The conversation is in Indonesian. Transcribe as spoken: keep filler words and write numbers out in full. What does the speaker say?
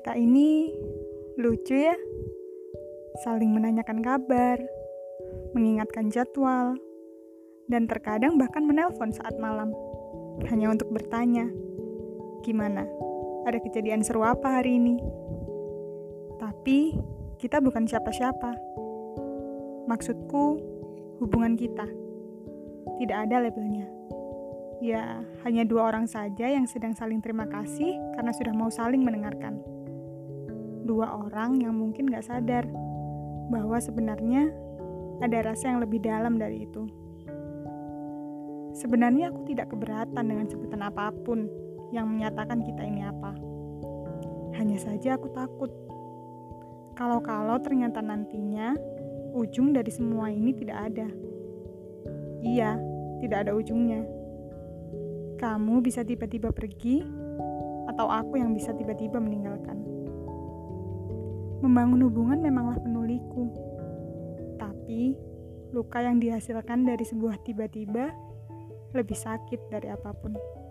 Kita ini lucu ya, saling menanyakan kabar, mengingatkan jadwal, dan terkadang bahkan menelpon saat malam, hanya untuk bertanya, gimana? Ada kejadian seru apa hari ini? Tapi kita bukan siapa-siapa. Maksudku, hubungan kita. Tidak ada labelnya. Ya, hanya dua orang saja yang sedang saling terima kasih karena sudah mau saling mendengarkan. Dua orang yang mungkin gak sadar bahwa sebenarnya ada rasa yang lebih dalam dari itu. Sebenarnya aku tidak keberatan dengan sebutan apapun yang menyatakan kita ini apa. Hanya saja aku takut. Kalau-kalau ternyata nantinya ujung dari semua ini tidak ada. Iya, tidak ada ujungnya. Kamu bisa tiba-tiba pergi, atau aku yang bisa tiba-tiba meninggalkan. Membangun hubungan memanglah penuh liku. Tapi, luka yang dihasilkan dari sebuah tiba-tiba lebih sakit dari apapun.